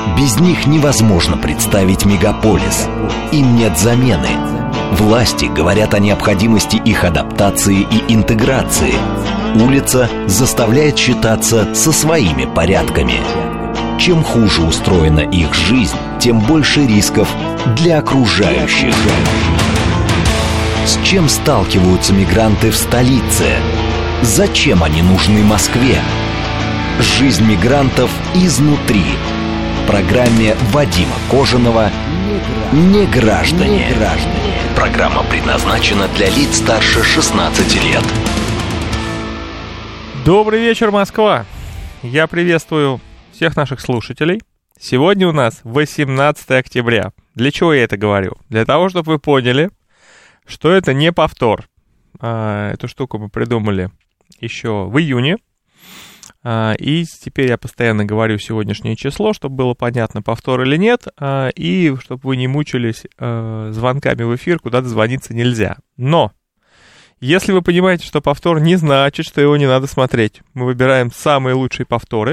Без них невозможно представить мегаполис. Им нет замены. Власти говорят о необходимости их адаптации и интеграции. Улица заставляет считаться со своими порядками. Чем хуже устроена их жизнь, тем больше рисков для окружающих. С чем сталкиваются мигранты в столице? Зачем они нужны Москве? Жизнь мигрантов изнутри. В программе Вадима Кожаного «Неграждане». Программа предназначена для лиц старше 16 лет. Добрый вечер, Москва! Я приветствую всех наших слушателей. Сегодня у нас 18 октября. Для чего я это говорю? Для того, чтобы вы поняли, что это не повтор. Эту штуку мы придумали еще в июне. И теперь я постоянно говорю сегодняшнее число, чтобы было понятно, повтор или нет, и чтобы вы не мучились звонками в эфир, куда дозвониться нельзя. Но, если вы понимаете, что повтор не значит, что его не надо смотреть, мы выбираем самые лучшие повторы.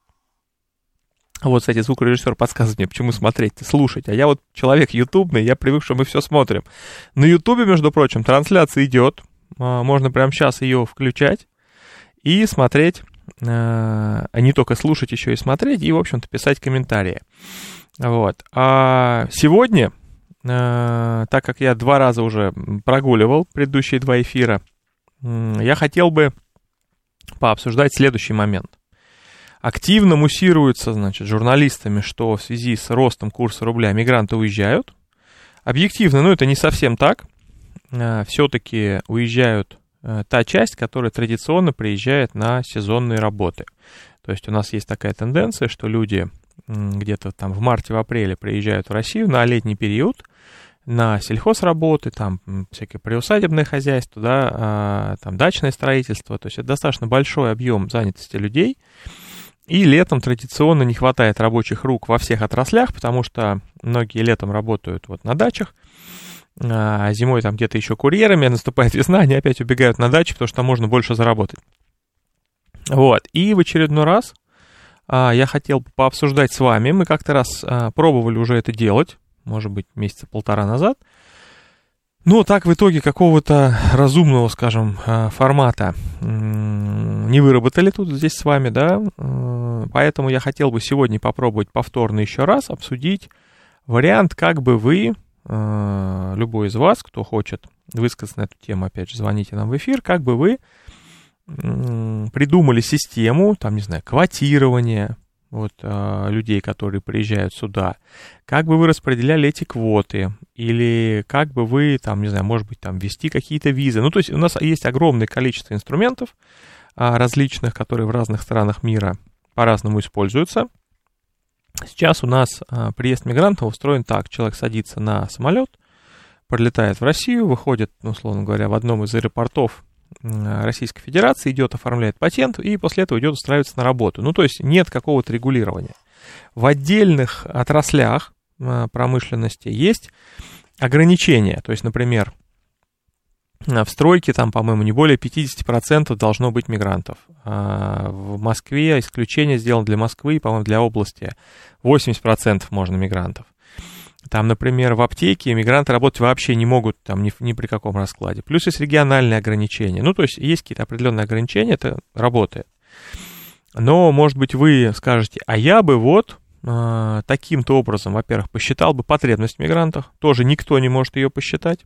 Вот, кстати, звукорежиссер подсказывает мне, почему смотреть-то, слушать. А я вот человек ютубный, я привык, что мы все смотрим. На ютубе, между прочим, трансляция идет, можно прямо сейчас ее включать и смотреть. А не только слушать, еще и смотреть, и, в общем-то, писать комментарии. Вот. А сегодня, так как я 2 раза уже прогуливал предыдущие 2 эфира, я хотел бы пообсуждать следующий момент. Активно муссируется, значит, журналистами, что в связи с ростом курса рубля мигранты уезжают. Объективно, это не совсем так. Все-таки уезжают та часть, которая традиционно приезжает на сезонные работы. То есть у нас есть такая тенденция, что люди где-то там в марте, в апреле приезжают в Россию на летний период, на сельхозработы, там всякое приусадебное хозяйство, да, там дачное строительство. То есть это достаточно большой объем занятости людей. И летом традиционно не хватает рабочих рук во всех отраслях, потому что многие летом работают вот на дачах, а зимой там где-то еще курьерами, наступает весна, они опять убегают на дачу, потому что там можно больше заработать. Вот, и в очередной раз я хотел пообсуждать с вами, мы как-то раз пробовали уже это делать, может быть, месяца 1,5 назад, но так в итоге какого-то разумного, скажем, формата не выработали тут здесь с вами, да, поэтому я хотел бы сегодня попробовать повторно еще раз обсудить вариант, как бы вы, любой из вас, кто хочет высказаться на эту тему, опять же, звоните нам в эфир, как бы вы придумали систему, там, не знаю, квотирования вот, людей, которые приезжают сюда, как бы вы распределяли эти квоты, или как бы вы, там, не знаю, может быть, там, ввести какие-то визы. То есть у нас есть огромное количество инструментов различных, которые в разных странах мира по-разному используются. Сейчас у нас приезд мигрантов устроен так. Человек садится на самолет, прилетает в Россию, выходит, условно говоря, в одном из аэропортов Российской Федерации, идет, оформляет патент и после этого идет устраиваться на работу. То есть нет какого-то регулирования. В отдельных отраслях промышленности есть ограничения. То есть, например, в стройке там, по-моему, не более 50% должно быть мигрантов. В Москве исключение сделано для Москвы, по-моему, для области 80% можно мигрантов. Там, например, в аптеке мигранты работать вообще не могут там ни при каком раскладе. Плюс есть региональные ограничения. То есть есть какие-то определенные ограничения, это работает. Но, может быть, вы скажете, а я бы вот таким-то образом, во-первых, посчитал бы потребность в мигрантах. Тоже никто не может ее посчитать.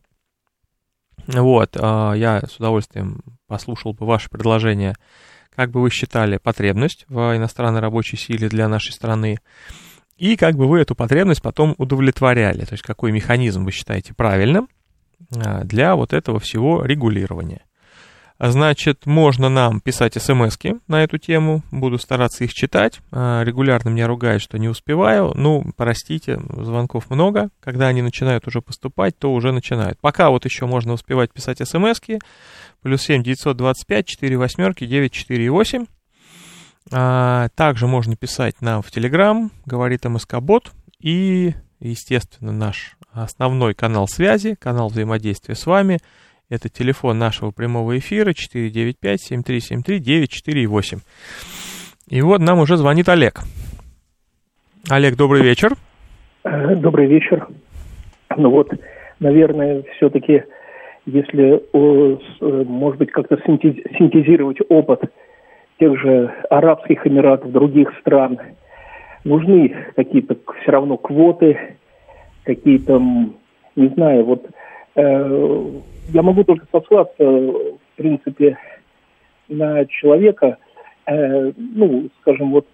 Вот, я с удовольствием послушал бы ваше предложение, как бы вы считали потребность в иностранной рабочей силе для нашей страны, и как бы вы эту потребность потом удовлетворяли, то есть какой механизм вы считаете правильным для вот этого всего регулирования. Значит, можно нам писать смс-ки на эту тему, буду стараться их читать, регулярно меня ругают, что не успеваю, простите, звонков много, когда они начинают уже поступать, то уже начинают. Пока вот еще можно успевать писать смс-ки, +7 925 48 948. Также можно писать нам в Telegram, говорит МСК-бот, и, естественно, наш основной канал связи, канал взаимодействия с вами. Это телефон нашего прямого эфира 495-7373-948. И вот нам уже звонит Олег. Олег, добрый вечер. Добрый вечер. Ну вот, наверное, все-таки, если, может быть, как-то синтезировать опыт тех же Арабских Эмиратов, других стран, нужны какие-то все равно квоты, какие-то, не знаю, вот я могу только сослаться, в принципе, на человека, ну, скажем, вот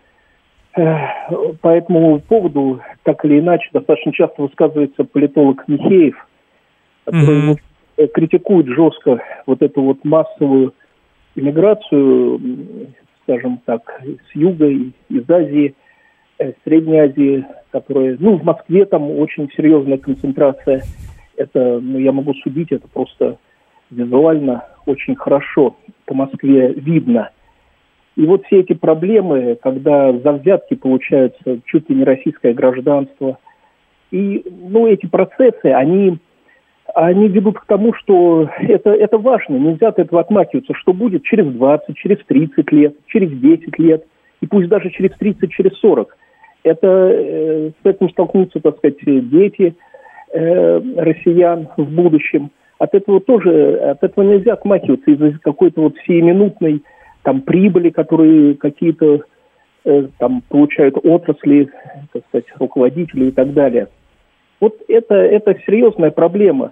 по этому поводу так или иначе достаточно часто высказывается политолог Михеев, который критикует жестко вот эту вот массовую иммиграцию, скажем так, с юга, из Азии, Средней Азии, которая, ну, в Москве там очень серьезная концентрация. Это, ну, я могу судить, это просто визуально очень хорошо по Москве видно. И вот все эти проблемы, когда за взятки получается чуть ли не российское гражданство, и, ну, эти процессы, они ведут к тому, что это важно, нельзя от этого отмахиваться, что будет через 20, через 30 лет, через 10 лет, и пусть даже через 30, через 40. С этим столкнутся, так сказать, дети россиян в будущем. От этого нельзя отмахиваться из-за какой-то вот сиюминутной там прибыли, которые какие-то там получают отрасли, так сказать, руководители и так далее. Вот это серьезная проблема.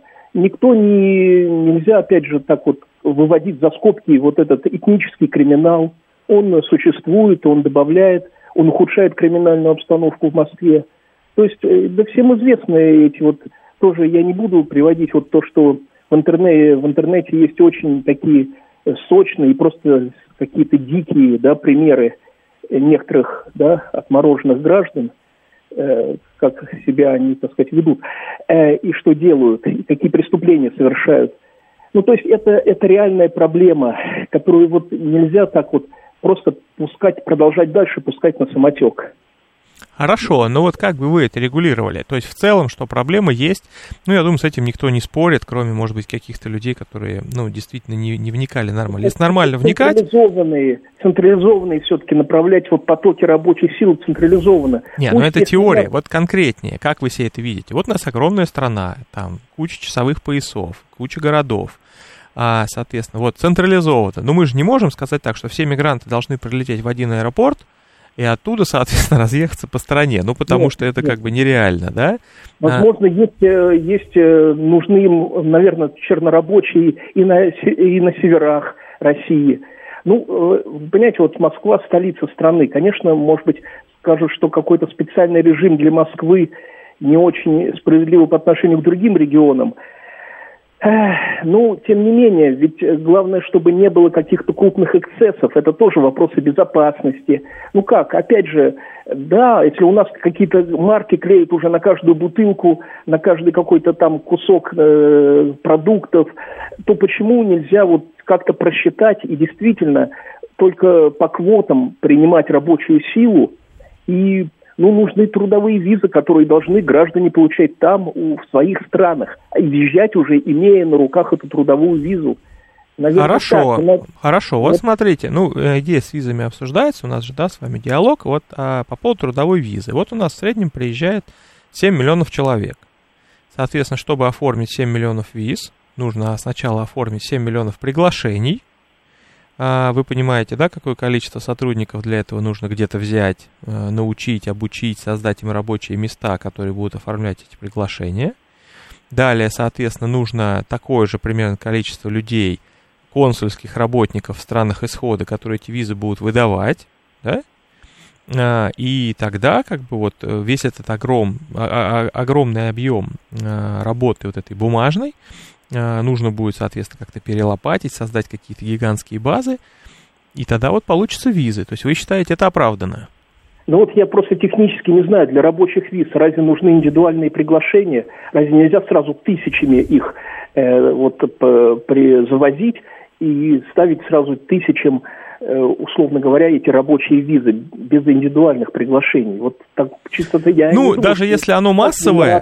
Нельзя, опять же, так вот выводить за скобки вот этот этнический криминал. Он существует, он добавляет, он ухудшает криминальную обстановку в Москве. То есть, да всем известны эти вот, тоже я не буду приводить вот то, что в интернете есть очень такие сочные, просто какие-то дикие, да, примеры некоторых, да, отмороженных граждан, как себя они, так сказать, ведут, и что делают, и какие преступления совершают. Ну, то есть это реальная проблема, которую вот нельзя так вот просто продолжать дальше пускать на самотек. Хорошо, но вот как бы вы это регулировали? То есть в целом, что проблема есть, ну, я думаю, с этим никто не спорит, кроме, может быть, каких-то людей, которые, ну, действительно не вникали нормально. Если нормально вникать... Централизованные все-таки направлять вот потоки рабочих сил централизованно. Нет, ну это теория, вот конкретнее, как вы себе это видите? Вот у нас огромная страна, там куча часовых поясов, куча городов, соответственно, вот централизованно. Но мы же не можем сказать так, что все мигранты должны прилететь в один аэропорт, и оттуда, соответственно, разъехаться по стране. Ну, потому что это как бы нереально, да? Возможно, есть нужны им, наверное, чернорабочие и на северах России. Ну, понимаете, вот Москва – столица страны. Конечно, может быть, скажут, что какой-то специальный режим для Москвы не очень справедливый по отношению к другим регионам. Ну, тем не менее, ведь главное, чтобы не было каких-то крупных эксцессов. Это тоже вопросы безопасности. Ну как, опять же, да, если у нас какие-то марки клеят уже на каждую бутылку, на каждый какой-то там кусок продуктов, то почему нельзя вот как-то просчитать и действительно только по квотам принимать рабочую силу и... Ну, нужны трудовые визы, которые должны граждане получать там, в своих странах, и въезжать уже, имея на руках эту трудовую визу. Наверное, хорошо. Вот смотрите, ну, идея с визами обсуждается, у нас же, да, с вами диалог, вот по поводу трудовой визы. Вот у нас в среднем приезжает 7 миллионов человек. Соответственно, чтобы оформить 7 миллионов виз, нужно сначала оформить 7 миллионов приглашений. Вы понимаете, да, какое количество сотрудников для этого нужно где-то взять, научить, обучить, создать им рабочие места, которые будут оформлять эти приглашения. Далее, соответственно, нужно такое же примерно количество людей, консульских работников в странах исхода, которые эти визы будут выдавать, да? И тогда, как бы, вот весь этот огромный объем работы вот этой бумажной нужно будет, соответственно, как-то перелопатить, создать какие-то гигантские базы, и тогда вот получатся визы. То есть вы считаете, это оправданно? Ну вот я просто технически не знаю, для рабочих виз разве нужны индивидуальные приглашения? Разве нельзя сразу тысячами их завозить и ставить сразу тысячам, условно говоря, эти рабочие визы без индивидуальных приглашений? Вот так чисто-то я не думаю, даже если оно массовое,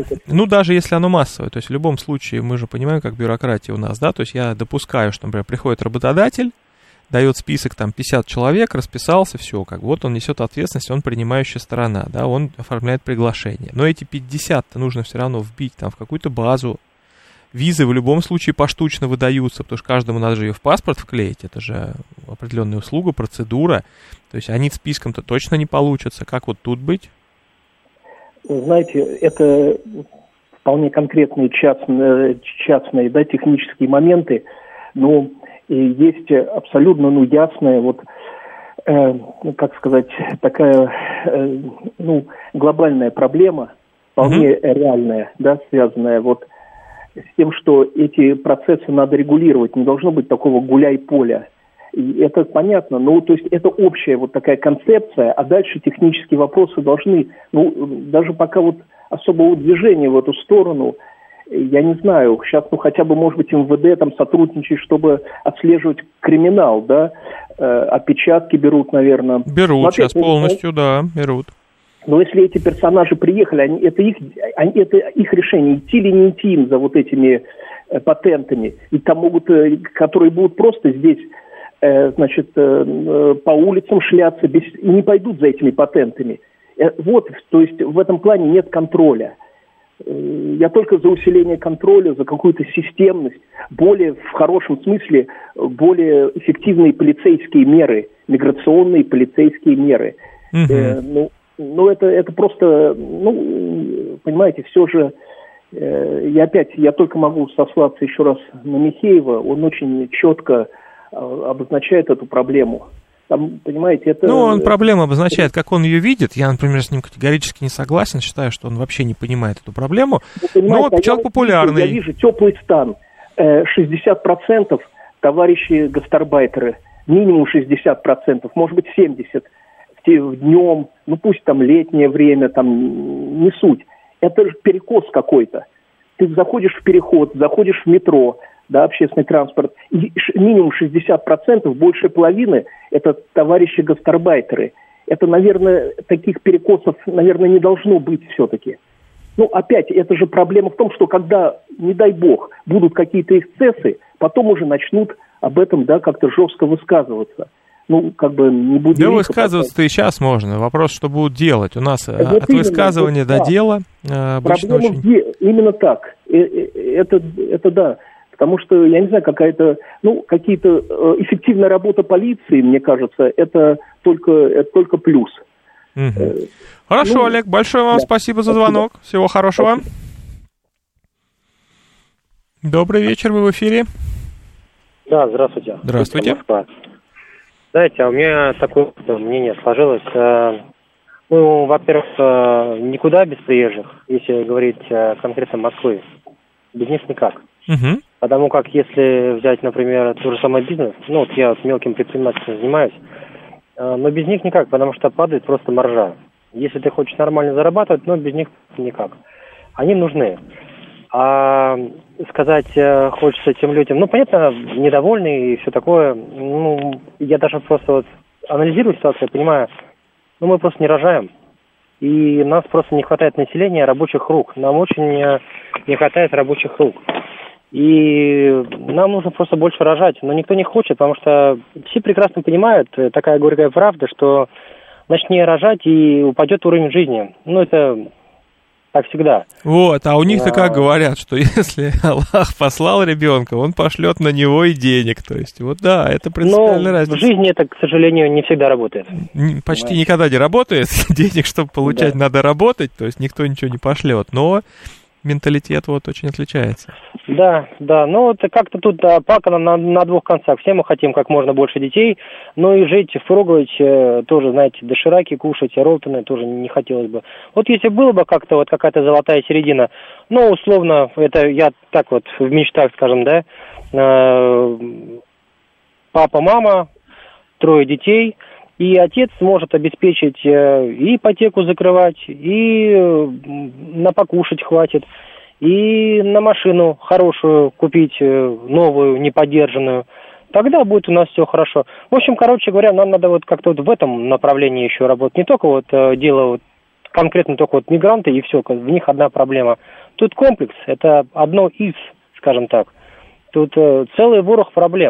то есть в любом случае мы же понимаем, как бюрократия у нас, да, то есть я допускаю, что, например, приходит работодатель, дает список, там, 50 человек, расписался, все, как вот он несет ответственность, он принимающая сторона, да, он оформляет приглашение. Но эти 50-то нужно все равно вбить там в какую-то базу. Визы в любом случае поштучно выдаются, потому что каждому надо же ее в паспорт вклеить, это же определенная услуга, процедура, то есть они списком-то точно не получатся. Как вот тут быть? Знаете, это вполне конкретные частные, да, технические моменты, но есть абсолютно, ясная, как сказать, такая, глобальная проблема, вполне реальная, да, связанная с тем, что эти процессы надо регулировать, не должно быть такого гуляй-поля. И это понятно, то есть это общая такая концепция, а дальше технические вопросы должны, даже пока особого движения в эту сторону, я не знаю, сейчас, хотя бы, может быть, МВД там сотрудничает, чтобы отслеживать криминал, да, отпечатки берут, наверное. Берут сейчас полностью, да, берут. Но если эти персонажи приехали, это их решение, идти или не идти им за этими патентами. И там могут, которые будут просто здесь, по улицам шляться и не пойдут за этими патентами. То есть в этом плане нет контроля. Я только за усиление контроля, за какую-то системность, более, в хорошем смысле, более эффективные полицейские меры, миграционные полицейские меры. Это просто, понимаете, все же, я только могу сослаться еще раз на Михеева, он очень четко обозначает эту проблему. Там, понимаете, это... он проблему обозначает, как он ее видит. Я, например, с ним категорически не согласен, считаю, что он вообще не понимает эту проблему. Но человек популярный. Я вижу теплый стан. 60% товарищи гастарбайтеры, минимум 60%, может быть 70%. Днем, пусть там летнее время, там не суть. Это же перекос какой-то. Ты заходишь в переход, заходишь в метро, да, общественный транспорт, и минимум 60%, большая половины, это товарищи гастарбайтеры. Это, наверное, таких перекосов, наверное, не должно быть все-таки. Опять, это же проблема в том, что когда, не дай бог, будут какие-то эксцессы, потом уже начнут об этом, да, как-то жестко высказываться. Не будет... Да, высказываться-то и сейчас можно. Вопрос, что будут делать. У нас от высказывания до дела обычно проблема очень... Именно так. Это да. Потому что, я не знаю, какая-то, какие-то эффективная работа полиции, мне кажется, это только плюс. Хорошо, Олег, большое вам спасибо за звонок. Всего хорошего. Добрый вечер, вы в эфире. Да, здравствуйте. Здравствуйте. Знаете, у меня такое мнение сложилось. Во-первых, никуда без приезжих, если говорить конкретно Москвы. Без них никак. Потому как, если взять, например, тот же самый бизнес, я мелким предпринимательством занимаюсь, но без них никак, потому что падает просто маржа. Если ты хочешь нормально зарабатывать, без них никак. Они нужны. А сказать хочется тем людям, понятно, недовольны и все такое. Я даже просто анализирую ситуацию, понимаю, мы просто не рожаем. И нас просто не хватает населения, рабочих рук. Нам очень не хватает рабочих рук. И нам нужно просто больше рожать. Но никто не хочет, потому что все прекрасно понимают, такая горькая правда, что начни рожать и упадет уровень жизни. Это... так всегда. А у них-то как говорят, что если Аллах послал ребенка, он пошлет на него и денег. То есть, это принципиальная разница. В жизни это, к сожалению, не всегда работает. Почти никогда не работает. Денег, чтобы получать, надо работать. То есть, никто ничего не пошлет. Но менталитет очень отличается. Да. Как-то тут палка на двух концах. Все мы хотим как можно больше детей, но и жить, впругивать тоже, знаете, дошираки кушать, ролтоны тоже не хотелось бы. Если было бы как-то какая-то золотая середина, условно, это я так в мечтах, скажем, да, папа, мама, 3 детей, и отец сможет обеспечить и ипотеку закрывать, и на покушать хватит, и на машину хорошую купить, новую, неподержанную. Тогда будет у нас все хорошо. В общем, короче говоря, нам надо как-то в этом направлении еще работать. Не только дело конкретно только мигранты и все, в них одна проблема. Тут комплекс, это одно из, скажем так. Тут целый ворох проблем.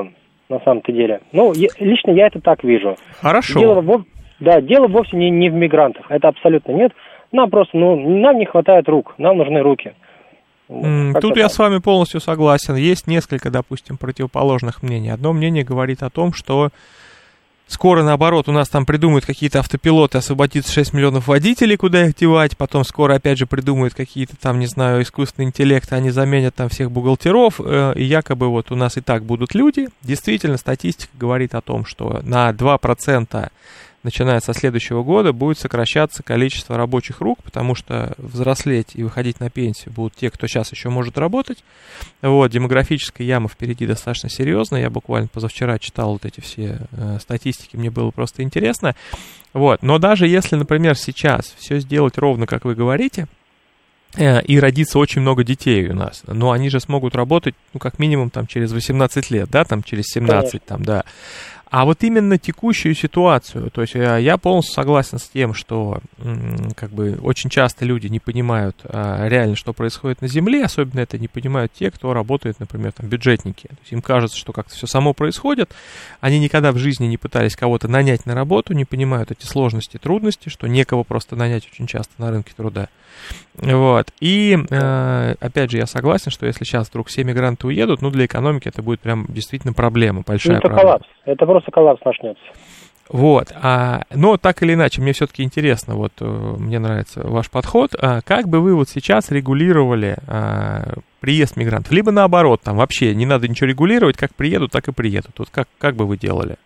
на самом-то деле. Ну, лично я это так вижу. Хорошо. Дело вовсе не в мигрантах, это абсолютно нет. Нам просто, нам не хватает рук, нам нужны руки. Тут я с вами полностью согласен. Есть несколько, допустим, противоположных мнений. Одно мнение говорит о том, что скоро, наоборот, у нас там придумают какие-то автопилоты, освободится 6 миллионов водителей, куда их девать, потом скоро, опять же, придумают какие-то там, не знаю, искусственный интеллект, они заменят там всех бухгалтеров, и якобы вот у нас и так будут люди. Действительно, статистика говорит о том, что на 2%, начиная со следующего года, будет сокращаться количество рабочих рук, потому что взрослеть и выходить на пенсию будут те, кто сейчас еще может работать. Вот, демографическая яма впереди достаточно серьезная. Я буквально позавчера читал вот эти все статистики, мне было просто интересно. Вот, но даже если, например, сейчас все сделать ровно, как вы говорите, и родится очень много детей у нас, но они же смогут работать, как минимум, там, через 18 лет, да, там, через 17, там, да. А вот именно текущую ситуацию, то есть я полностью согласен с тем, что как бы очень часто люди не понимают реально, что происходит на Земле, особенно это не понимают те, кто работает, например, там, бюджетники. То есть им кажется, что как-то все само происходит, они никогда в жизни не пытались кого-то нанять на работу, не понимают эти сложности, трудности, что некого просто нанять очень часто на рынке труда. Вот. И, опять же, я согласен, что если сейчас вдруг все мигранты уедут, для экономики это будет прям действительно проблема, большая проблема. Коллапс. Это просто коллапс начнется. Вот. Но так или иначе, мне все-таки интересно, вот мне нравится ваш подход. Как бы вы вот сейчас регулировали приезд мигрантов? Либо наоборот, там вообще не надо ничего регулировать, как приедут, так и приедут. Вот как бы вы делали?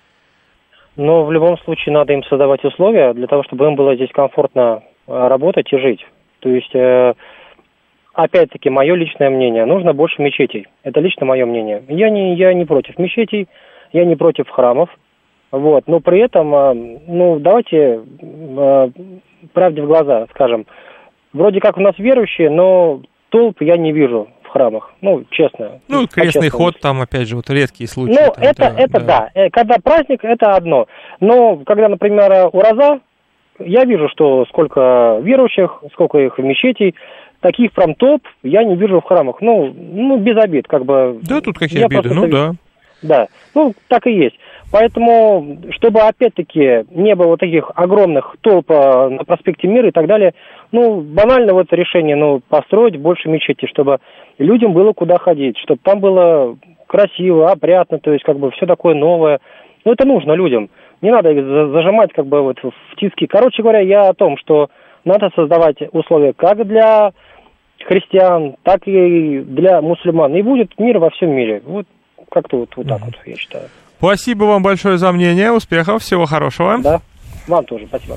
Ну, в любом случае, надо им создавать условия для того, чтобы им было здесь комфортно работать и жить. То есть, опять-таки, мое личное мнение, нужно больше мечетей. Это лично мое мнение. Я не против мечетей, я не против храмов. Вот. Но при этом, давайте правде в глаза скажем. Вроде как у нас верующие, но толп я не вижу в храмах. Честно. Крестный ход там, опять же, вот редкие случаи. Да. Когда праздник, это одно. Но когда, например, ураза, я вижу, что сколько верующих, сколько их в мечетей, таких прям топ я не вижу в храмах. Без обид, как бы. Да, тут какие обиды, да. Да, так и есть. Поэтому, чтобы, опять-таки, не было вот таких огромных толп на проспекте Мира и так далее, банально вот решение, построить больше мечетей, чтобы людям было куда ходить, чтобы там было красиво, опрятно, то есть, как бы, все такое новое. Это нужно людям. Не надо их зажимать, как бы, вот в тиски. Короче говоря, я о том, что надо создавать условия как для христиан, так и для мусульман. И будет мир во всем мире. Вот как-то вот так вот, я считаю. Спасибо вам большое за мнение. Успехов, всего хорошего. Да, вам тоже, спасибо.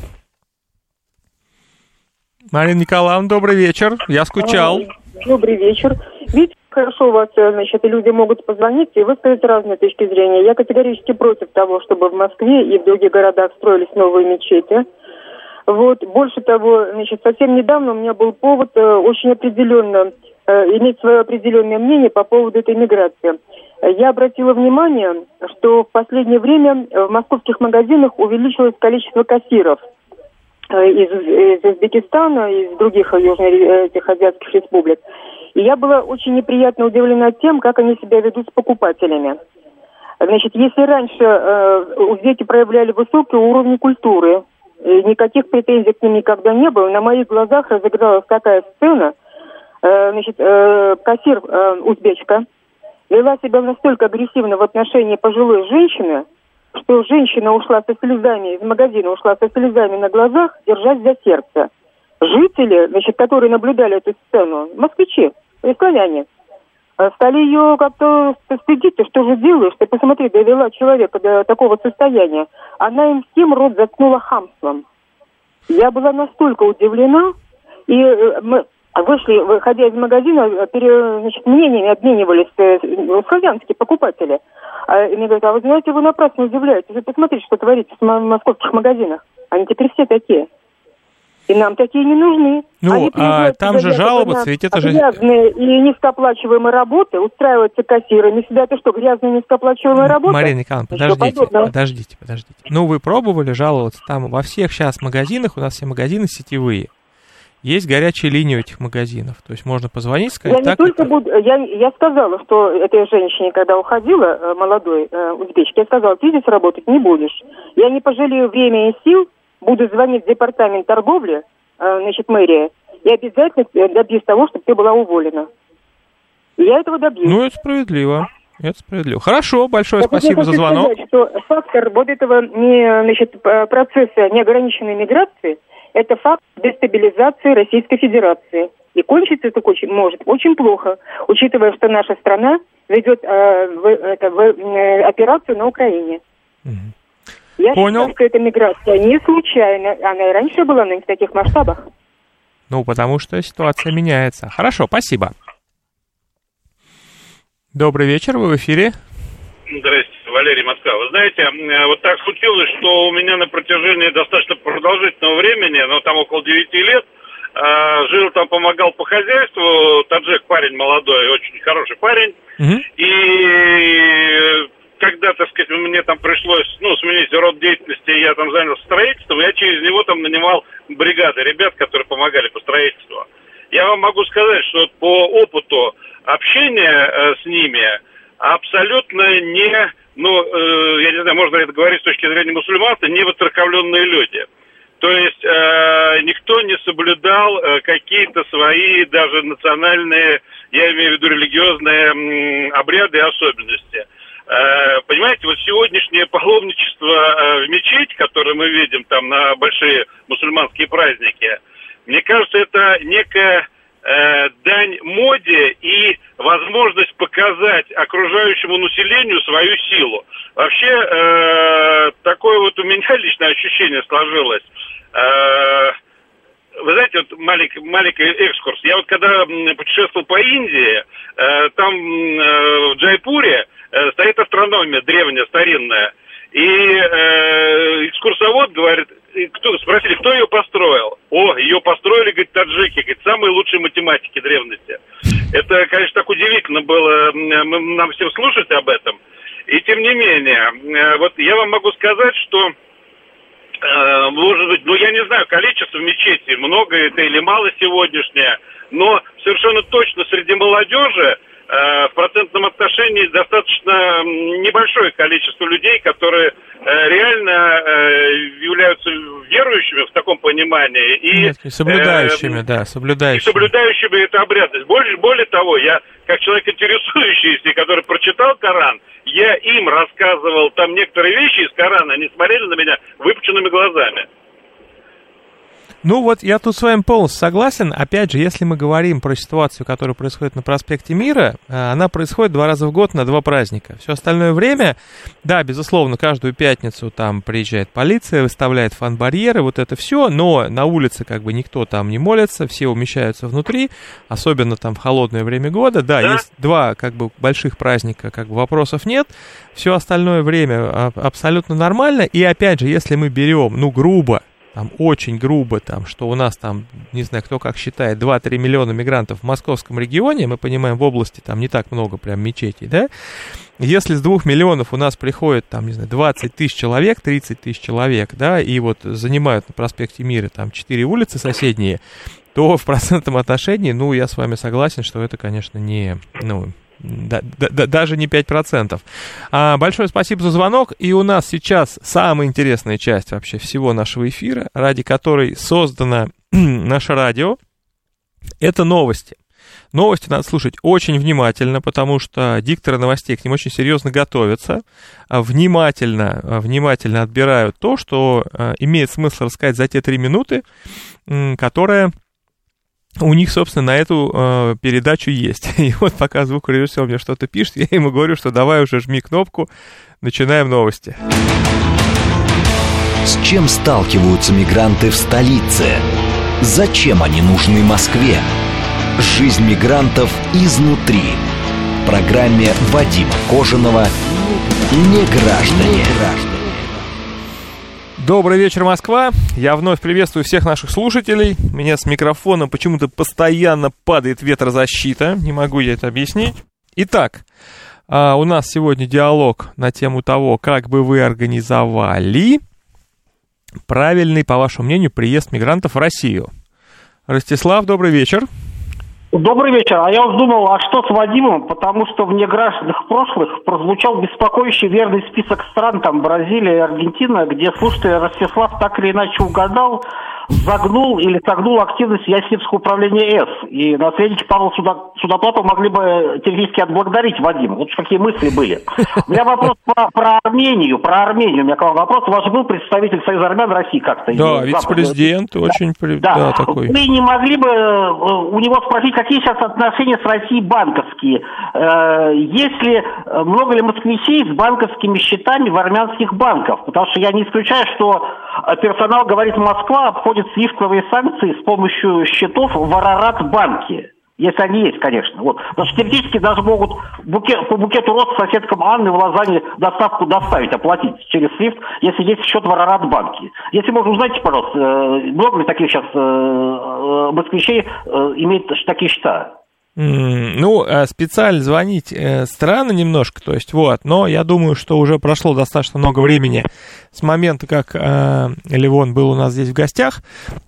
Марина Николаевна, добрый вечер. Я скучал. Добрый вечер. Видите, хорошо у вас, люди могут позвонить и высказать разные точки зрения. Я категорически против того, чтобы в Москве и в других городах строились новые мечети. Вот, больше того, совсем недавно у меня был повод очень определенно иметь свое определенное мнение по поводу этой миграции. Я обратила внимание, что в последнее время в московских магазинах увеличилось количество кассиров из Узбекистана, из других азиатских республик. И я была очень неприятно удивлена тем, как они себя ведут с покупателями. Если раньше узбеки проявляли высокий уровень культуры, никаких претензий к ним никогда не было, на моих глазах разыгралась такая сцена. Кассир узбечка вела себя настолько агрессивно в отношении пожилой женщины, что женщина ушла со слезами из магазина, ушла со слезами на глазах, держась за сердце. Жители, которые наблюдали эту сцену, москвичи, славяне, стали ее как-то стыдить, что же делаешь, ты посмотри, довела человека до такого состояния. Она им всем рот заткнула хамством. Я была настолько удивлена, и мы вышли, выходя из магазина, мнениями обменивались славянские покупатели. И мне говорят, вы знаете, вы напрасно удивляетесь. Вы посмотрите, что творится в московских магазинах. Они теперь все такие. И нам такие не нужны. Там же жаловаться, ведь это же... Грязные и низкооплачиваемые работы, устраиваются кассирами. Себя это что, грязные и низкооплачиваемые работы? Марина Николаевна, подождите. Вы пробовали жаловаться? Там во всех сейчас магазинах, у нас все магазины сетевые. Есть горячая линия у этих магазинов. То есть можно позвонить, сказать, я сказала, что этой женщине, когда уходила, молодой узбечке, я сказала, ты здесь работать не будешь. Я не пожалею время и сил, буду звонить в департамент торговли, мэрия, и обязательно добьюсь того, чтобы ты была уволена. И я этого добьюсь. Ну, это справедливо. Это справедливо. Хорошо, большое спасибо за звонок. Сказать, что фактор вот этого процесса неограниченной миграции – это факт дестабилизации Российской Федерации. И кончится это может очень плохо, учитывая, что наша страна ведет операцию на Украине. Я считаю, что эта миграция не случайна. Она и раньше была, но не в таких масштабах. Ну, потому что ситуация меняется. Хорошо, спасибо. Добрый вечер, вы в эфире. Здравствуйте, Валерий, Москва. Вы знаете, вот так случилось, что у меня на протяжении достаточно продолжительного времени, там около 9 лет, жил там, помогал по хозяйству, таджик, парень молодой, очень хороший парень. И когда, так сказать, мне там пришлось, сменить род деятельности, я там занялся строительством, я через него там нанимал бригады ребят, которые помогали по строительству. Я вам могу сказать, что по опыту общения с ними абсолютно не, я не знаю, можно ли это говорить с точки зрения мусульманства, не воцерковленные люди. То есть никто не соблюдал какие-то свои даже национальные, я имею в виду религиозные обряды и особенности. Понимаете, вот сегодняшнее паломничество в мечеть, которое мы видим там на большие мусульманские праздники, мне кажется, это некая дань моде и возможность показать окружающему населению свою силу. Вообще, такое вот у меня личное ощущение сложилось. Вы знаете, вот маленький экскурс. Я вот когда путешествовал по Индии, там в Джайпуре стоит астрономия древняя, старинная. И экскурсовод говорит, спросили, кто ее построил? Ее построили, говорит, таджики, говорит, самые лучшие математики древности. Это, конечно, так удивительно было нам всем слушать об этом. И тем не менее, вот я вам могу сказать, что, может быть, я не знаю, количество мечетей, много это или мало сегодняшнее, но совершенно точно среди молодежи в процентном отношении достаточно небольшое количество людей, которые реально являются верующими в таком понимании. И соблюдающими, соблюдающими. И соблюдающими эту обрядность. Более того, я, как человек интересующийся, который прочитал Коран, я им рассказывал там некоторые вещи из Корана, они смотрели на меня выпученными глазами. Я тут с вами полностью согласен. Опять же, если мы говорим про ситуацию, которая происходит на проспекте Мира, она происходит 2 раза в год на 2 праздника. Все остальное время, да, безусловно, каждую пятницу там приезжает полиция, выставляет фан-барьеры, вот это все, но на улице никто там не молится, все умещаются внутри, особенно там в холодное время года. Да, есть 2 больших праздника, вопросов нет. Все остальное время абсолютно нормально. И опять же, если мы берем, грубо, очень грубо, что у нас не знаю, кто как считает, 2-3 миллиона мигрантов в московском регионе, мы понимаем, в области не так много прям мечетей, да? Если с 2 миллионов у нас приходит, 20 тысяч человек, 30 тысяч человек, да, и занимают на проспекте Мира 4 улицы соседние, то в процентном отношении, я с вами согласен, что это, конечно, не, даже не 5%. Большое спасибо за звонок. И у нас сейчас самая интересная часть вообще всего нашего эфира, ради которой создано наше радио. Это новости. Новости надо слушать очень внимательно, потому что дикторы новостей к ним очень серьезно готовятся, внимательно отбирают то, что имеет смысл рассказать за те 3 минуты, которые у них, собственно, на эту передачу есть. И вот пока звукорежиссер мне что-то пишет, я ему говорю, что давай уже жми кнопку, начинаем новости. С чем сталкиваются мигранты в столице? Зачем они нужны Москве? Жизнь мигрантов изнутри. В программе Вадима Кожаного «Неграждане». Добрый вечер, Москва. Я вновь приветствую всех наших слушателей. У меня с микрофоном почему-то постоянно падает ветрозащита. Не могу я это объяснить. Итак, у нас сегодня диалог на тему того, как бы вы организовали правильный, по вашему мнению, приезд мигрантов в Россию. Ростислав, добрый вечер. Добрый вечер. А я вот думал, а что с Вадимом? Потому что в негражданных прошлых прозвучал беспокоящий верный список стран, там Бразилия и Аргентина, где, слушайте, Ростислав так или иначе угадал, загнул или согнул активность Ясинского управления С. И наследники Павла Судоплатова могли бы теоретически отблагодарить Вадима. Вот какие мысли были. У меня вопрос про Армению. Про Армению у меня к вам вопрос. У вас же был представитель Союза армян России как-то? Да, вице-президент, очень да, такой. Вы не могли бы у него спросить, какие сейчас отношения с Россией банковские? Много ли москвичей с банковскими счетами в армянских банках? Потому что я не исключаю, что персонал, говорит, Москва обходит свифтовые санкции с помощью счетов в Арарат-банке. Если они есть, конечно. Вот. Потому что теоретически даже могут по букету роз соседкам Анны в Лозанне доставку доставить, оплатить через свифт, если есть счет в Арарат-банке. Если можно, узнайте, пожалуйста, много ли таких сейчас москвичей имеют такие счета? Специально звонить странно немножко, то есть вот, но я думаю, что уже прошло достаточно много времени с момента, как Левон был у нас здесь в гостях,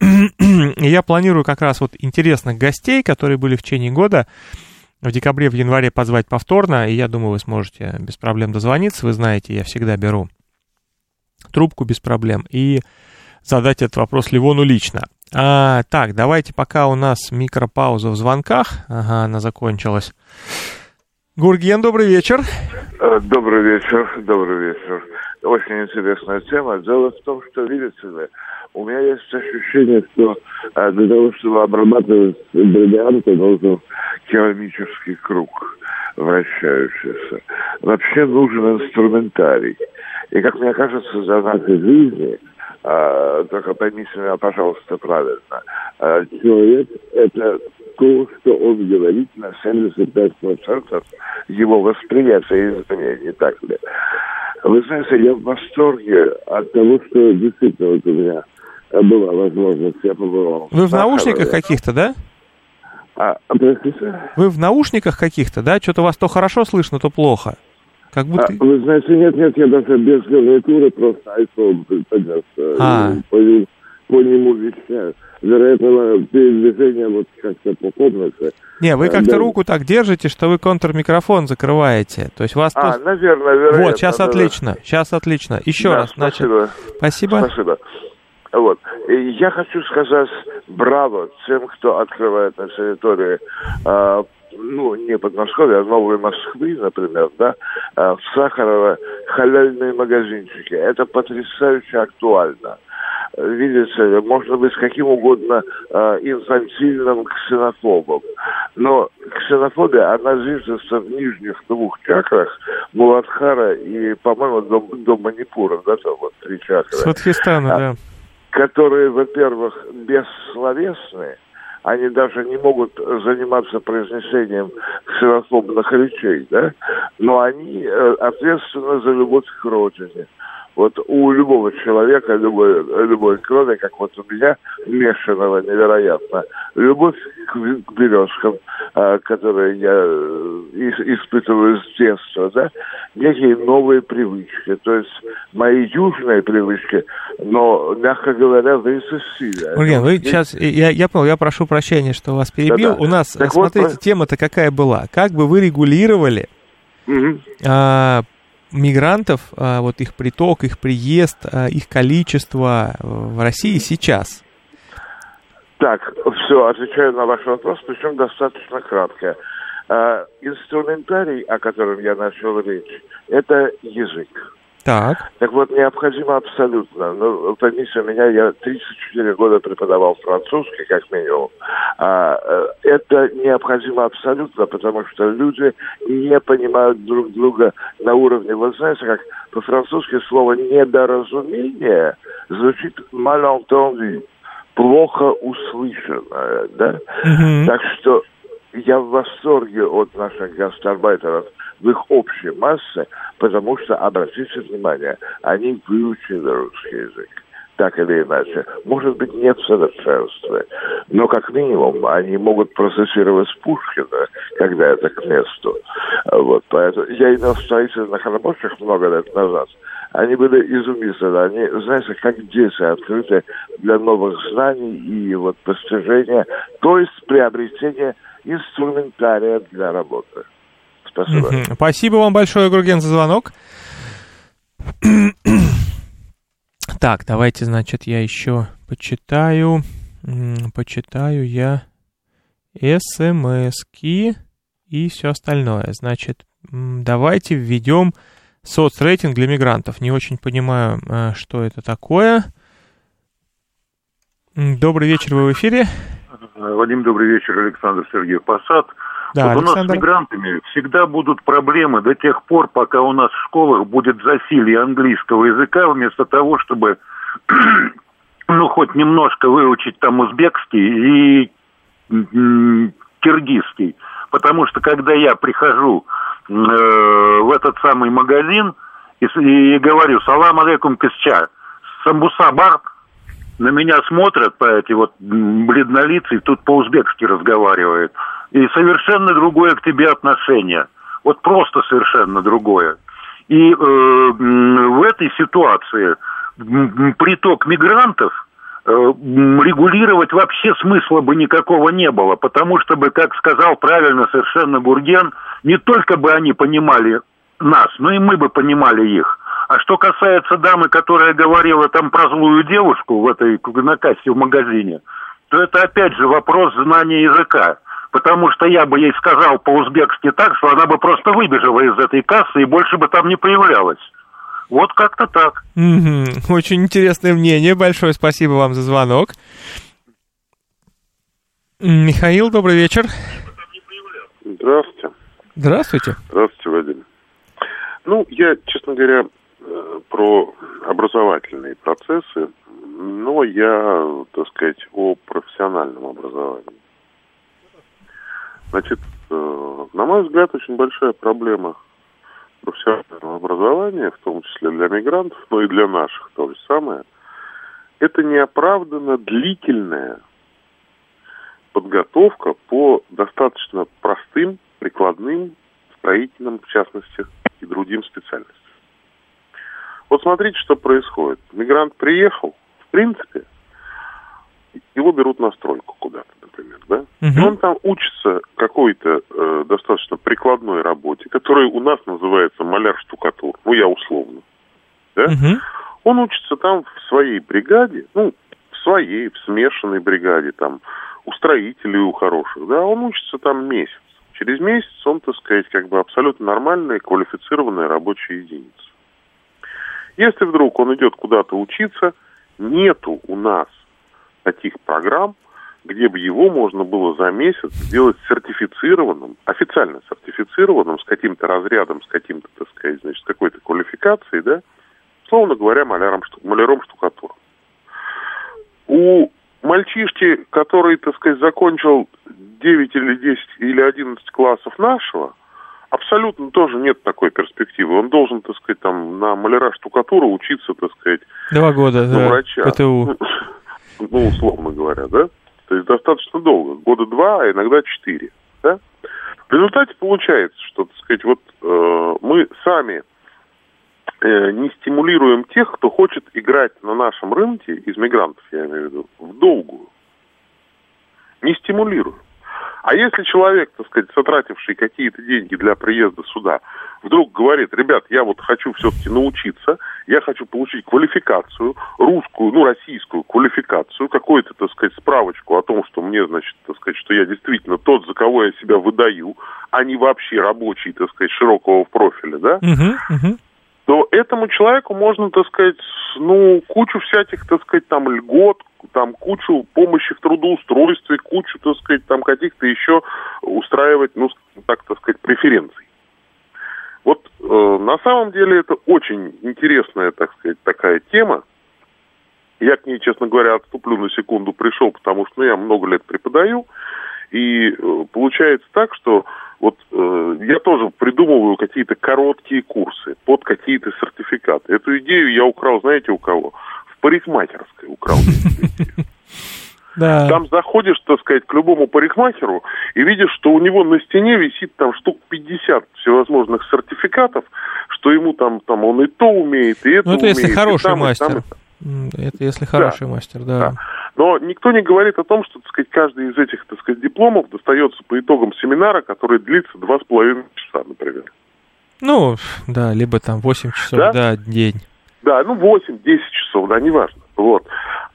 и я планирую как раз вот интересных гостей, которые были в течение года, в декабре, в январе позвать повторно, и я думаю, вы сможете без проблем дозвониться, вы знаете, я всегда беру трубку без проблем, и задать этот вопрос Левону лично. Так, давайте, пока у нас микропауза в звонках. Ага, она закончилась. Гурген, добрый вечер. Добрый вечер. Очень интересная тема. Дело в том, что, видите ли, у меня есть ощущение, что для того, чтобы обрабатывать бриллианты, нужен керамический круг вращающийся. Вообще нужен инструментарий. И, как мне кажется, за нашей жизни... только поймите меня, пожалуйста, правильно. Человек – это то, что он говорит на 75% его восприятия извне, не так ли? Вы знаете, я в восторге от того, что действительно вот у меня была возможность, я побывал. Вы в наушниках каких-то, да? Простите? Вы в наушниках каких-то, да? Что-то у вас то хорошо слышно, то плохо. Как будто... Вы знаете, нет, я даже без гарнитуры просто iPhone поднялся. По нему вещаю. Вероятно, передвижение вот как-то по комнате. Не, вы как-то руку так держите, что вы контрмикрофон закрываете. То есть у вас... наверное, вероятно. Вот, сейчас отлично. Еще раз, спасибо. Спасибо. Вот. И я хочу сказать браво тем, кто открывает на территории не Подмосковья, а Новой Москвы, например, да, в Сахарово халяльные магазинчики. Это потрясающе актуально. Видите, можно быть каким угодно инфантильным ксенофобом. Но ксенофобия, она зиждется в нижних двух чакрах, Муладхара и, по-моему, до Манипура, да, там вот 3 чакры. Сватхистана, да. Которые, во-первых, бессловесные, они даже не могут заниматься произнесением ксенофобных речей, да, но они ответственны за любовь к родине. Вот у любого человека, любой крови, как вот у меня, смешанного невероятно, любовь к березкам, которые я испытываю с детства, да, некие новые привычки, то есть мои южные привычки, но, мягко говоря, рецессивные. Ульян, вы сейчас, я понял, я прошу прощения, что вас перебил. Да-да. У нас, так смотрите, вот, тема-то какая была. Как бы вы регулировали мигрантов, вот их приток, их приезд, их количество в России сейчас? Так, все, отвечаю на ваш вопрос, причем достаточно кратко. Инструментарий, о котором я начал речь, это язык. Так вот, необходимо абсолютно. Поймите меня, я 34 года преподавал французский, как минимум. Это необходимо абсолютно, потому что люди не понимают друг друга на уровне. Вы знаете, как по-французски слово «недоразумение» звучит «malentendu», плохо услышанное, да? Mm-hmm. Так что я в восторге от наших гастарбайтеров в их общей массе, потому что, обратите внимание, они выучили русский язык. так или иначе. Может быть, нет совершенства, но как минимум они могут процессировать Пушкина, когда это к месту. Вот, поэтому я имел строительных рабочих много лет назад. Они были изумительны. Они, знаете, как дети, открыты для новых знаний и вот постижения, то есть приобретения инструментария для работы. Спасибо. Спасибо вам большое, Гурген, за звонок. Так, давайте, значит, я еще почитаю я смс-ки и все остальное. Значит, давайте введем соцрейтинг для мигрантов. Не очень понимаю, что это такое. Добрый вечер, вы в эфире. Вадим, добрый вечер, Александр Сергеев Посад. Да, вот Александр. У нас с мигрантами всегда будут проблемы до тех пор, пока у нас в школах будет засилье английского языка, вместо того, чтобы хоть немножко выучить там узбекский и киргизский. Потому что когда я прихожу в этот самый магазин и говорю «Салам алейкум кисча», «Самбуса бар», на меня смотрят по эти вот бледнолицые, тут по-узбекски разговаривают. И совершенно другое к тебе отношение. Вот просто совершенно другое. И в этой ситуации приток мигрантов регулировать вообще смысла бы никакого не было. Потому что, как сказал правильно совершенно Гурген, не только бы они понимали нас, но и мы бы понимали их. А что касается дамы, которая говорила там про злую девушку на кассе в магазине, то это опять же вопрос знания языка. Потому что я бы ей сказал по-узбекски так, что она бы просто выбежала из этой кассы и больше бы там не появлялась. Вот как-то так. Очень интересное мнение. Большое спасибо вам за звонок. Михаил, добрый вечер. Здравствуйте. Здравствуйте. Здравствуйте, Вадим. Я, честно говоря, про образовательные процессы, но я, так сказать, о профессиональном образовании. Значит, на мой взгляд, очень большая проблема профессионального образования, в том числе для мигрантов, но и для наших то же самое, это неоправданно длительная подготовка по достаточно простым, прикладным, строительным, в частности, и другим специальностям. Вот смотрите, что происходит. Мигрант приехал, в принципе, его берут на стройку куда-то, например, да? И он там учится какой-то достаточно прикладной работе, которая у нас называется маляр-штукатур, я условно, да? Он учится там в своей бригаде, в смешанной бригаде, там, у строителей, у хороших, да? Он учится там месяц. Через месяц он, так сказать, абсолютно нормальная, квалифицированная рабочая единица. Если вдруг он идет куда-то учиться, нету у нас таких программ, где бы его можно было за месяц сделать сертифицированным, официально сертифицированным, с каким-то разрядом, с каким-то, так сказать, с какой-то квалификацией, да, условно говоря, маляром-штукатуром. У мальчишки, который, так сказать, закончил 9 или 10 или 11 классов нашего, абсолютно тоже нет такой перспективы. Он должен, так сказать, там на маляра-штукатура учиться, так сказать, 2 года, на врача. ПТУ. Условно говоря, да? То есть достаточно долго. 2 года, а иногда 4. Да? В результате получается, что, так сказать, мы сами не стимулируем тех, кто хочет играть на нашем рынке, из мигрантов, я имею в виду, в долгую. Не стимулируем. А если человек, так сказать, затративший какие-то деньги для приезда сюда, вдруг говорит: ребят, я хочу все-таки научиться, я хочу получить квалификацию, русскую, российскую квалификацию, какую-то, так сказать, справочку о том, что мне, значит, так сказать, что я действительно тот, за кого я себя выдаю, а не вообще рабочий, так сказать, широкого профиля, да? То этому человеку можно, так сказать, кучу всяких, так сказать, там льгот, там кучу помощи в трудоустройстве, кучу, так сказать, там каких-то еще устраивать, так сказать, преференций. Вот на самом деле это очень интересная, так сказать, такая тема. Я к ней, честно говоря, отступлю на секунду, пришел, потому что я много лет преподаю, и получается так, что я тоже придумываю какие-то короткие курсы под какие-то сертификаты. Эту идею я украл, знаете, у кого? В парикмахерской украл 10 тысяч. Да. Там заходишь, так сказать, к любому парикмахеру и видишь, что у него на стене висит там штук 50 всевозможных сертификатов, что ему там он и то умеет, и это умеет. Ну, это если хороший там, мастер. Это если хороший мастер, да. Но никто не говорит о том, что, так сказать, каждый из этих, так сказать, дипломов достается по итогам семинара, который длится 2,5 часа, например. Ну, да, либо там 8 часов, да, день. Да, 8-10 часов, да, неважно. Вот.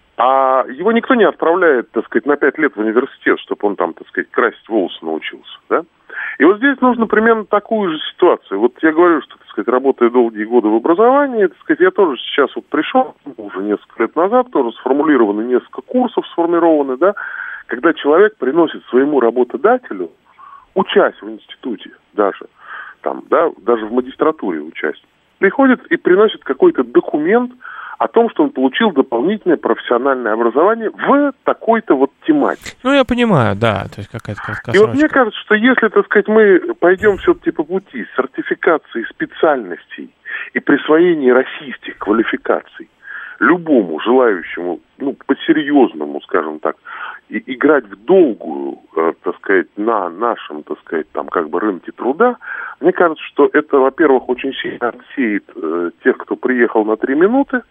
А его никто не отправляет, так сказать, на 5 лет в университет, чтобы он там, так сказать, красить волосы научился, да? И вот здесь нужно примерно такую же ситуацию. Вот я говорю, что, так сказать, работая долгие годы в образовании, так сказать, я тоже сейчас вот пришел, уже несколько лет назад, тоже сформулированы несколько курсов, сформированы, да, когда человек приносит своему работодателю, учась в институте даже, там, да, даже в магистратуре учась, приходит и приносит какой-то документ о том, что он получил дополнительное профессиональное образование в такой-то вот тематике. Ну, я понимаю, да, то есть какая-то косочка. И вот мне кажется, что если, так сказать, мы пойдем все-таки по пути сертификации специальностей и присвоения российских квалификаций любому желающему, по-серьезному, скажем так, играть в долгую, так сказать, на нашем, так сказать, там, как бы рынке труда, мне кажется, что это, во-первых, очень сильно отсеет тех, кто приехал на 3 минуты,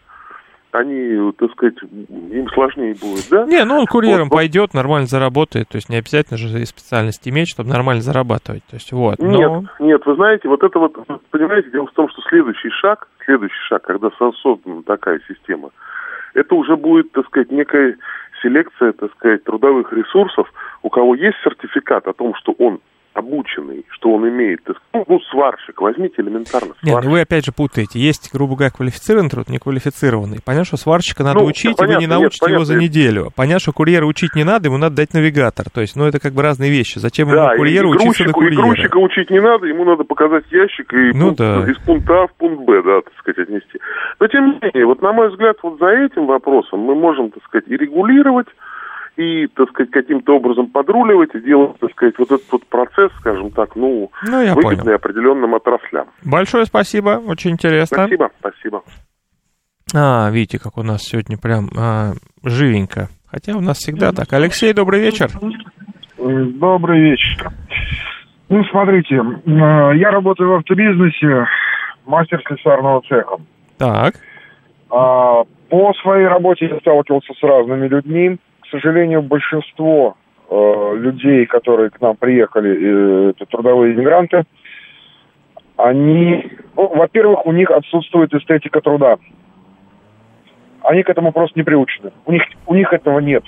они, так сказать, им сложнее будет, да? Не, он курьером пойдет, нормально заработает, то есть не обязательно же специальность иметь, чтобы нормально зарабатывать, то есть вот. Нет, вы знаете, вот это вот, понимаете, дело в том, что следующий шаг, когда создана такая система, это уже будет, так сказать, некая селекция, так сказать, трудовых ресурсов, у кого есть сертификат о том, что он обученный, что он имеет, сварщик, возьмите элементарно сварщик. Нет, вы опять же путаете. Есть, грубо говоря, квалифицированный труд, неквалифицированный. Понятно, что сварщика надо учить, понятно, и вы не научите его за неделю. Понятно, что курьера учить не надо, ему надо дать навигатор. То есть, это как бы разные вещи. Зачем ему курьеру учиться на курьера? И грузчика учить не надо, ему надо показать ящик и из пункта А в пункт Б, да, так сказать, отнести. Но, тем не менее, вот на мой взгляд, вот за этим вопросом мы можем, так сказать, и регулировать, и, так сказать, каким-то образом подруливать и делать, так сказать, вот этот вот процесс, скажем так, выгодный определенным отраслям. Большое спасибо, очень интересно. Спасибо. Видите, как у нас сегодня прям живенько. Хотя у нас всегда так. Алексей, добрый вечер. Добрый вечер. Смотрите, я работаю в автобизнесе, мастер слесарного цеха. Так. По своей работе я сталкивался с разными людьми. К сожалению, большинство людей, которые к нам приехали, это трудовые иммигранты, они, во-первых, у них отсутствует эстетика труда. Они к этому просто не приучены. У них этого нет.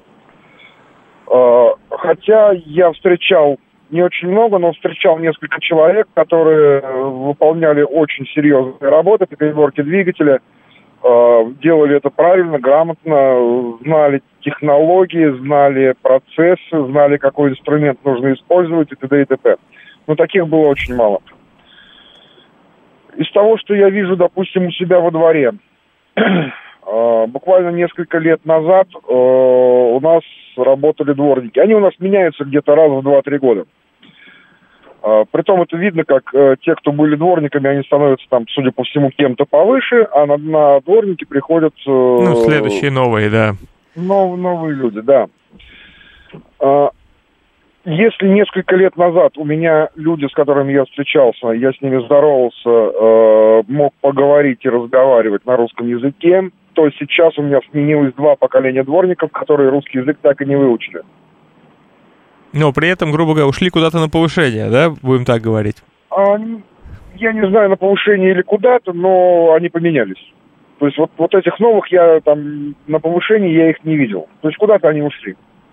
Хотя я встречал не очень много, но встречал несколько человек, которые выполняли очень серьезные работы по переборке двигателя, делали это правильно, грамотно, знали технологии, знали процессы, знали, какой инструмент нужно использовать и т.д. и т.п. Но таких было очень мало. Из того, что я вижу, допустим, у себя во дворе, буквально несколько лет назад у нас работали дворники. Они у нас меняются где-то раз в 2-3 года. Притом это видно, как те, кто были дворниками, они становятся там, судя по всему, кем-то повыше, а на дворники приходят... следующие новые, да. Новые люди, да. Если несколько лет назад у меня люди, с которыми я встречался, я с ними здоровался, мог поговорить и разговаривать на русском языке, то сейчас у меня сменилось 2 поколения дворников, которые русский язык так и не выучили. Но при этом, грубо говоря, ушли куда-то на повышение, да, будем так говорить? Я не знаю, на повышение или куда-то, но они поменялись. То есть вот этих новых я там на повышении я их не видел. То есть куда-то они ушли.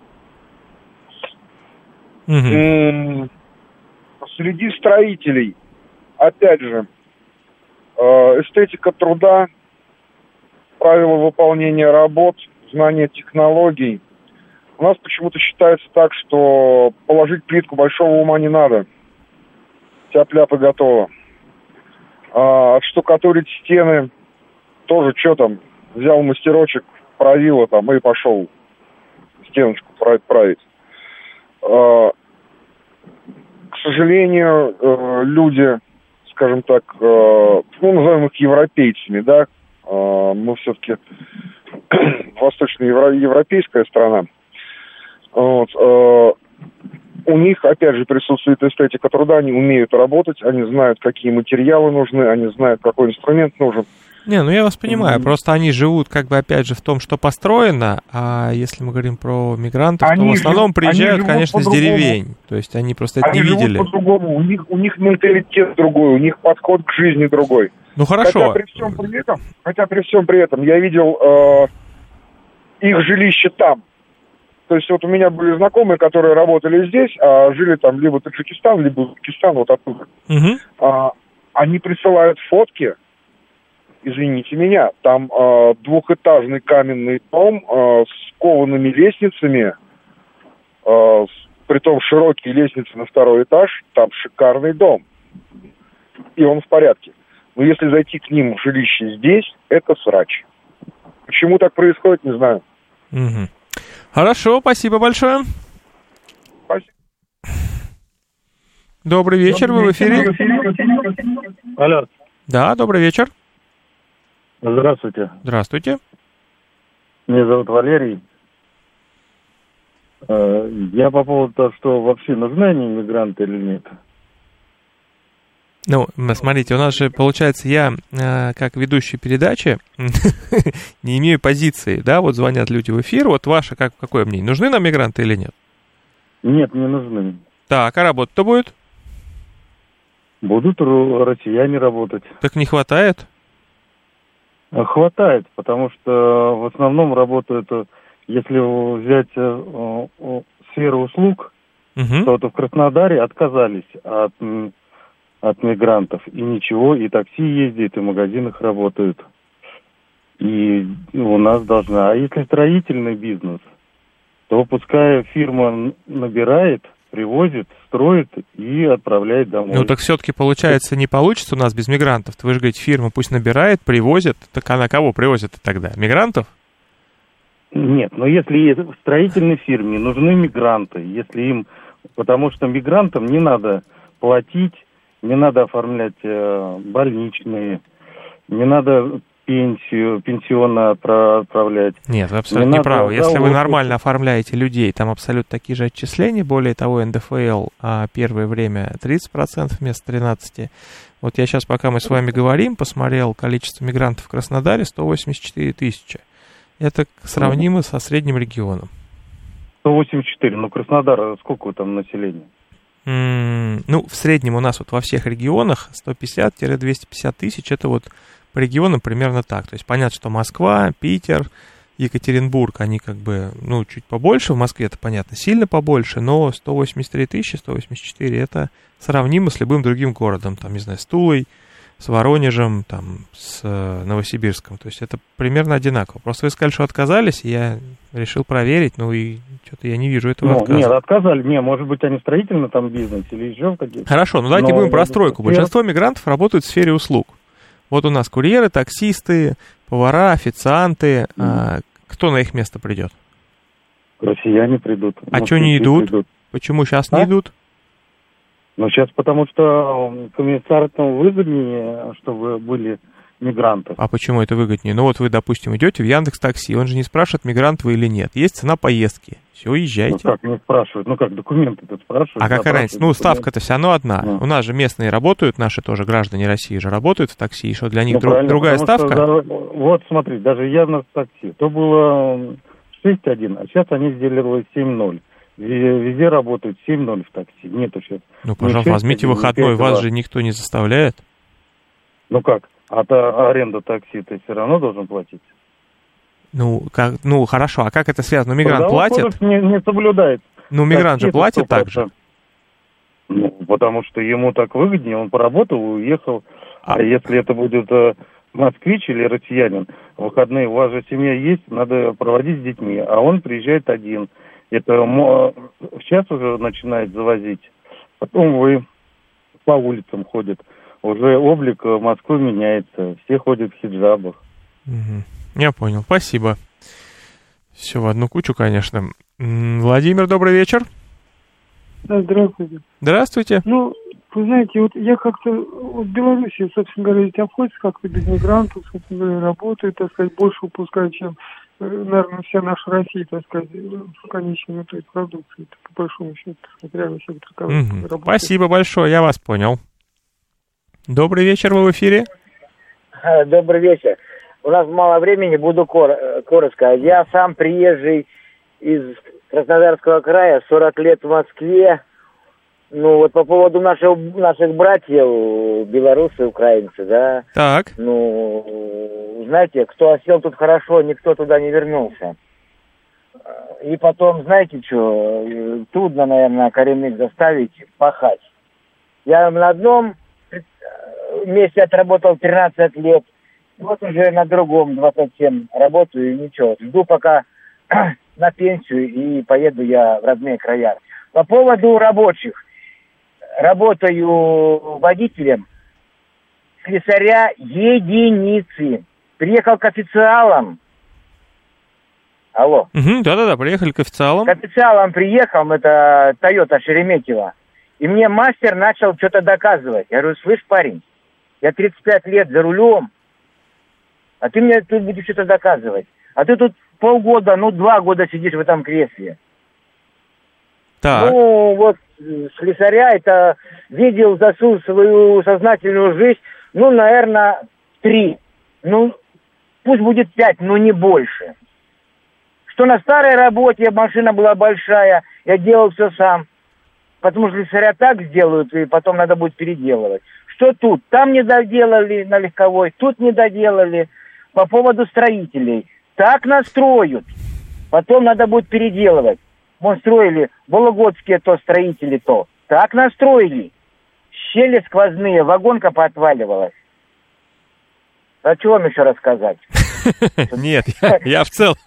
Угу. Среди строителей, опять же, эстетика труда, правила выполнения работ, знание технологий. У нас почему-то считается так, что положить плитку большого ума не надо. Тяп-ляп и готово. Отштукатурить стены тоже что там, взял мастерочек, провило там и пошел стеночку править. К сожалению, люди, скажем так, назовем их европейцами, да, Мы все-таки восточноевропейская страна. Вот. У них, опять же, присутствует эстетика труда, они умеют работать, они знают, какие материалы нужны, они знают, какой инструмент нужен. Не, ну я вас понимаю, просто они живут, как бы, опять же, в том, что построено, а если мы говорим про мигрантов, то в основном приезжают, конечно, с деревень, то есть они просто это не видели. Они живут по-другому, у них менталитет другой, у них подход к жизни другой. Ну хорошо. Хотя при всем при этом я видел их жилище там. То есть вот у меня были знакомые, которые работали здесь, а жили там либо Таджикистан, либо Узбекистан, вот оттуда. Они присылают фотки, извините меня, там двухэтажный каменный дом с коваными лестницами, притом широкие лестницы на второй этаж, там шикарный дом. И он в порядке. Но если зайти к ним в жилище здесь, это срач. Почему так происходит, не знаю. Угу. Хорошо, спасибо большое. Спасибо. Добрый вечер, вы в эфире. Алло. Да, добрый вечер. Здравствуйте. Здравствуйте. Меня зовут Валерий. Я по поводу того, что вообще нужны они мигранты или нет. Ну, смотрите, у нас же, получается, я, как ведущий передачи, не имею позиции, да, вот звонят люди в эфир, вот ваше какое мнение, нужны нам мигранты или нет? Нет, не нужны. Так, а работа-то будет? Будут россияне работать. Так не хватает? Хватает, потому что в основном работают, если взять сферу услуг, то вот в Краснодаре отказались от мигрантов. И ничего, и такси ездит, и в магазинах работают. И у нас должна. А если строительный бизнес, то пускай фирма набирает, привозит, строит и отправляет домой. Ну так все-таки получается, не получится у нас без мигрантов. Вы же говорите, фирма пусть набирает, привозит. Так она кого привозит тогда? Мигрантов? Нет, но если в строительной фирме нужны мигранты, если им... Потому что мигрантам не надо платить, не надо оформлять больничные, не надо пенсионно отправлять. Нет, вы абсолютно не правы. Если вы нормально оформляете людей, там абсолютно такие же отчисления. Более того, НДФЛ первое время 30% вместо 13%. Вот я сейчас, пока мы с вами говорим, посмотрел количество мигрантов в Краснодаре, 184 тысячи. Это сравнимо со средним регионом. 184. Ну, Краснодар, сколько там населения? Ну, в среднем у нас вот во всех регионах 150-250 тысяч, это вот по регионам примерно так. То есть понятно, что Москва, Питер, Екатеринбург, они как бы, ну, чуть побольше, в Москве это понятно, сильно побольше, но 183 тысячи, 184 это сравнимо с любым другим городом, там, не знаю, с Тулой, с Воронежем, там, с Новосибирском. То есть это примерно одинаково. Просто вы сказали, что отказались, и я решил проверить, ну и что-то я не вижу этого отказа. Нет, отказали. Не, может быть, они строительный там бизнес или еще какие-то. Хорошо, ну давайте будем про стройку. Большинство мигрантов работают в сфере услуг. Вот у нас курьеры, таксисты, повара, официанты. Кто на их место придет? Россияне придут. А что не идут? Почему сейчас не идут? Ну, сейчас потому что комиссарам выгоднее, чтобы были мигранты. А почему это выгоднее? Ну, вот вы, допустим, идете в Яндекс.Такси, он же не спрашивает, мигрант вы или нет. Есть цена поездки. Все, езжайте. Ну, как не спрашивают? Ну, как документы-то спрашивают? А какая разница? Ну, ставка-то все равно одна. У нас же местные работают, наши тоже граждане России же работают в такси, и что для них другая ставка? Что, вот, смотри, даже Яндекс.Такси, то было 6.1, а сейчас они сделали 7.0. Везде работают 7.0 в такси. Нету сейчас. Ну, пожалуйста, возьмите выходной, вас же никто не заставляет. Ну как? А аренда такси ты все равно должен платить? Ну, хорошо, а как это связано? Ну, мигрант платит? Не соблюдает. Ну, мигрант же платит так же. Ну, потому что ему так выгоднее, он поработал и уехал. А если это будет москвич или россиянин, в выходные у вас же семья есть, надо проводить с детьми, а он приезжает один. Это сейчас уже начинает завозить. Потом вы по улицам ходят. Уже облик Москвы меняется. Все ходят в хиджабах. Я понял. Спасибо. Все в одну кучу, конечно. Владимир, добрый вечер. Здравствуйте. Здравствуйте. Ну, Вы знаете, вот я как-то в Беларуси, собственно говоря, ведь обходится как-то без мигрантов, собственно говоря, работает, так сказать, больше упускает, чем, наверное, вся наша Россия, так сказать, в конечном итоге продукции, по большому счету, смотря на сектор работы. Спасибо большое, я вас понял. Добрый вечер, вы в эфире. Добрый вечер. У нас мало времени, буду коротко. Я сам приезжий из Краснодарского края, 40 лет в Москве. Ну, вот по поводу наших братьев, белорусы, украинцы, да. Так. Ну, знаете, кто осел тут хорошо, никто туда не вернулся. И потом, знаете что, трудно, наверное, коренных заставить пахать. Я на одном месте отработал 13 лет, вот уже на другом 27 работаю, и ничего. Жду пока на пенсию, и поеду я в родные края. По поводу рабочих. Работаю водителем, слесаря единицы. Приехал к официалам. Алло. Да-да-да, приехали к официалам. К официалам приехал, это Toyota Шереметьево. И мне мастер начал что-то доказывать. Я говорю, слышь, парень, я 35 лет за рулем, а ты мне тут будешь что-то доказывать. А ты тут полгода, 2 года сидишь в этом кресле. Так. Ну, вот, слесаря это видел за всю свою сознательную жизнь, наверное, 3. Пусть будет 5, но не больше. Что на старой работе машина была большая, я делал все сам. Потому что слесаря так сделают, и потом надо будет переделывать. Что тут? Там не доделали на легковой, тут не доделали. По поводу строителей. Так настроят. Потом надо будет переделывать. Мы строили вологодские то строители, то. Так настроили. Щели сквозные, вагонка поотваливалась. А что вам еще рассказать? Нет, я в целом...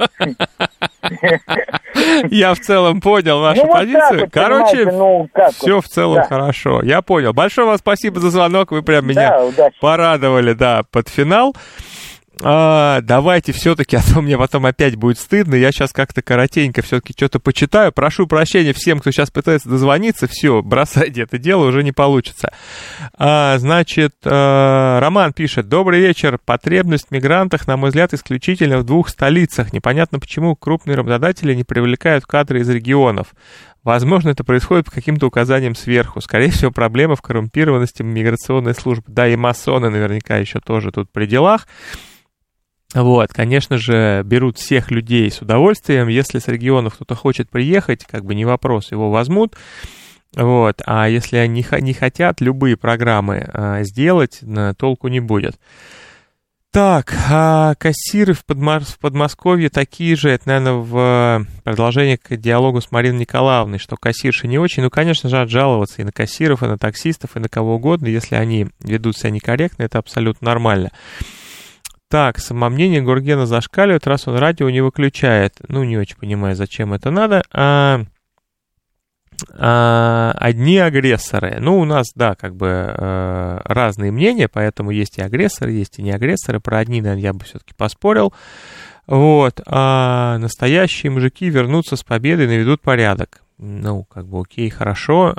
Я в целом понял вашу позицию. Короче, все в целом хорошо. Я понял. Большое вам спасибо за звонок. Вы прям меня порадовали, под финал. Давайте все-таки, а то мне потом опять будет стыдно. Я сейчас как-то коротенько все-таки что-то почитаю. Прошу прощения всем, кто сейчас пытается дозвониться. Все, бросайте это дело, уже не получится. Значит, Роман пишет. Добрый вечер. Потребность в мигрантах, на мой взгляд, исключительно в 2 столицах. Непонятно, почему крупные работодатели не привлекают кадры из регионов. Возможно, это происходит по каким-то указаниям сверху. Скорее всего, проблема в коррумпированности миграционной службы. Да, и масоны наверняка еще тоже тут при делах. Вот, конечно же, берут всех людей с удовольствием. Если с регионов кто-то хочет приехать, не вопрос, его возьмут. Вот, а если они не хотят, любые программы сделать, толку не будет. Так, кассиры в Подмосковье такие же, это, наверное, в продолжение к диалогу с Мариной Николаевной, что кассирши не очень. Конечно же, отжаловаться и на кассиров, и на таксистов, и на кого угодно, если они ведут себя некорректно, это абсолютно нормально. Так, самомнение Гургена зашкаливает, раз он радио не выключает. Не очень понимаю, зачем это надо. Одни агрессоры. У нас, разные мнения, поэтому есть и агрессоры, есть и не агрессоры. Про одни, наверное, я бы все-таки поспорил. Вот. А настоящие мужики вернутся с победой и наведут порядок. Окей, хорошо.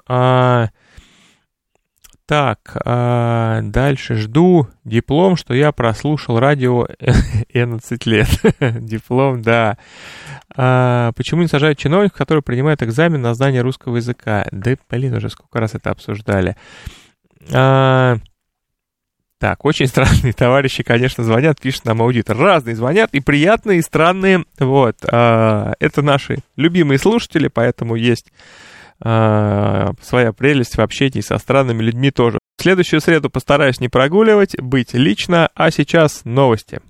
Так, дальше жду диплом, что я прослушал радио 11 лет. Диплом, да. Почему не сажают чиновников, которые принимают экзамен на знание русского языка? Да, уже сколько раз это обсуждали. Так, очень странные товарищи, конечно, звонят, пишут нам аудитор. Разные звонят, и приятные, и странные. Вот. Это наши любимые слушатели, поэтому есть своя прелесть в общении со странными людьми тоже. В следующую среду постараюсь не прогуливать, быть лично, а сейчас новости.